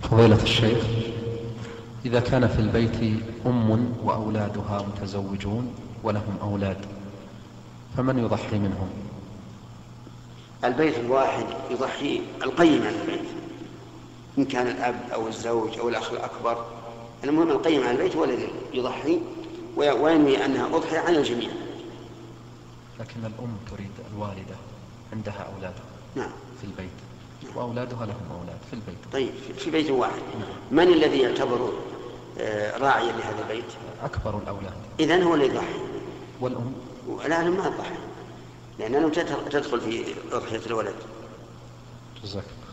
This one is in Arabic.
فضيلة الشيخ، إذا كان في البيت أم وأولادها متزوجون ولهم أولاد، فمن يضحي منهم؟ البيت الواحد يضحي القيم على البيت، إن كان الأب أو الزوج أو الأخ الأكبر، المهم القيم على البيت هو الذي يضحي وينوي أنها أضحي عن الجميع. لكن الأم تريد الوالدة عندها أولادها نعم في البيت، وأولادها لهم أولاد في البيت. طيب في بيت واحد، من الذي يعتبر راعيا لهذا البيت؟ أكبر الأولاد. إذن هو اللي يضحي. والأم؟ لا، ما تضحي، لأنه تدخل في أضحية الولد. جزاك